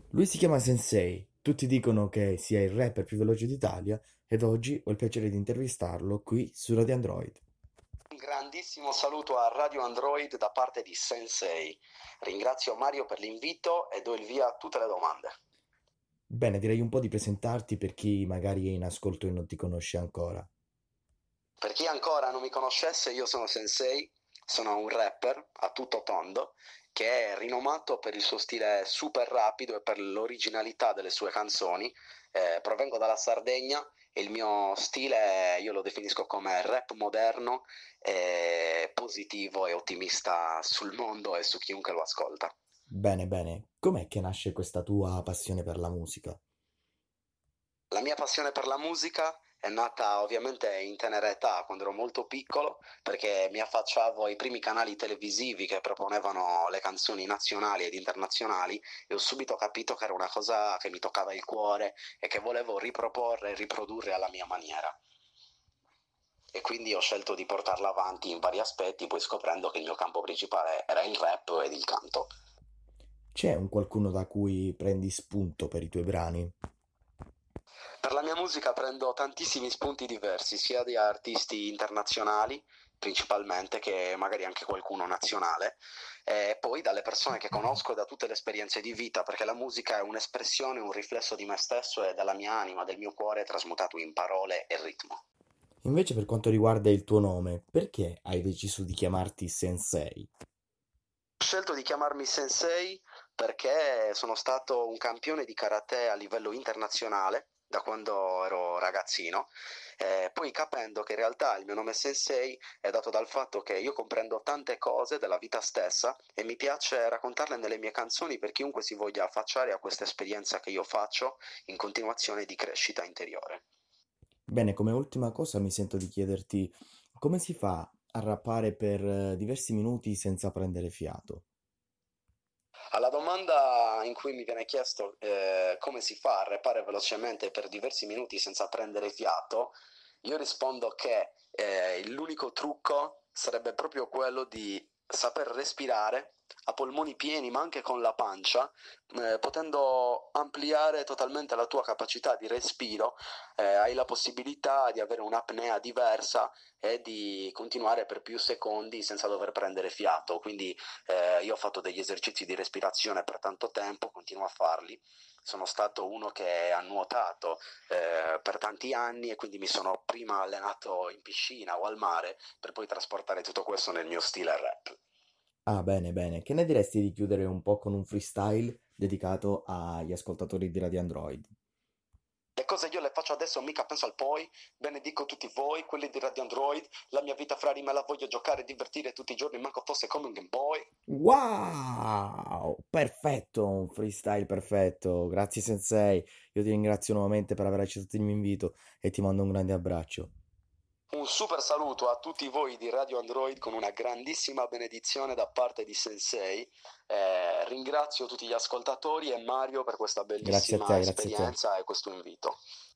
Lui si chiama Sensei, tutti dicono che sia il rapper più veloce d'Italia ed oggi ho il piacere di intervistarlo qui su Radio Android. Un grandissimo saluto a Radio Android da parte di Sensei. Ringrazio Mario per l'invito e do il via a tutte le domande. Bene, direi un po' di presentarti per chi magari è in ascolto e non ti conosce ancora. Per chi ancora non mi conoscesse, io sono Sensei, sono un rapper a tutto tondo che è rinomato per il suo stile super rapido e per l'originalità delle sue canzoni. Provengo dalla Sardegna e il mio stile io lo definisco come rap moderno, positivo e ottimista sul mondo e su chiunque lo ascolta. Bene, bene, com'è che nasce questa tua passione per la musica? La mia passione per la musica è nata ovviamente in tenera età, quando ero molto piccolo, perché mi affacciavo ai primi canali televisivi che proponevano le canzoni nazionali ed internazionali e ho subito capito che era una cosa che mi toccava il cuore e che volevo riproporre e riprodurre alla mia maniera. E quindi ho scelto di portarla avanti in vari aspetti, poi scoprendo che il mio campo principale era il rap ed il canto. C'è un qualcuno da cui prendi spunto per i tuoi brani? Per la mia musica prendo tantissimi spunti diversi, sia di artisti internazionali, principalmente, che magari anche qualcuno nazionale, e poi dalle persone che conosco e da tutte le esperienze di vita, perché la musica è un'espressione, un riflesso di me stesso e della mia anima, del mio cuore trasmutato in parole e ritmo. Invece per quanto riguarda il tuo nome, perché hai deciso di chiamarti Sensei? Ho scelto di chiamarmi Sensei perché sono stato un campione di karate a livello internazionale da quando ero ragazzino, poi capendo che in realtà il mio nome Sensei è dato dal fatto che io comprendo tante cose della vita stessa e mi piace raccontarle nelle mie canzoni per chiunque si voglia affacciare a questa esperienza che io faccio in continuazione di crescita interiore. Bene, come ultima cosa mi sento di chiederti come si fa a rappare per diversi minuti senza prendere fiato? Alla domanda in cui mi viene chiesto come si fa a repare velocemente per diversi minuti senza prendere fiato, io rispondo che l'unico trucco sarebbe proprio quello di saper respirare a polmoni pieni, ma anche con la pancia, potendo ampliare totalmente la tua capacità di respiro, hai la possibilità di avere un'apnea diversa e di continuare per più secondi senza dover prendere fiato. Quindi io ho fatto degli esercizi di respirazione per tanto tempo, continuo a farli. Sono stato uno che ha nuotato per tanti anni e quindi mi sono prima allenato in piscina o al mare per poi trasportare tutto questo nel mio stile rap. Ah, bene, bene. Che ne diresti di chiudere un po' con un freestyle dedicato agli ascoltatori di Radio Android? Le cose io le faccio adesso, mica penso al poi. Benedico tutti voi, quelli di Radio Android. La mia vita fra me la voglio giocare e divertire tutti i giorni, manco fosse come un Game Boy. Wow! Perfetto, un freestyle perfetto. Grazie Sensei. Io ti ringrazio nuovamente per aver accettato il mio invito e ti mando un grande abbraccio. Un super saluto a tutti voi di Radio Android con una grandissima benedizione da parte di Sensei. Ringrazio tutti gli ascoltatori e Mario per questa Grazie a bellissima te, grazie a te. esperienza e questo invito.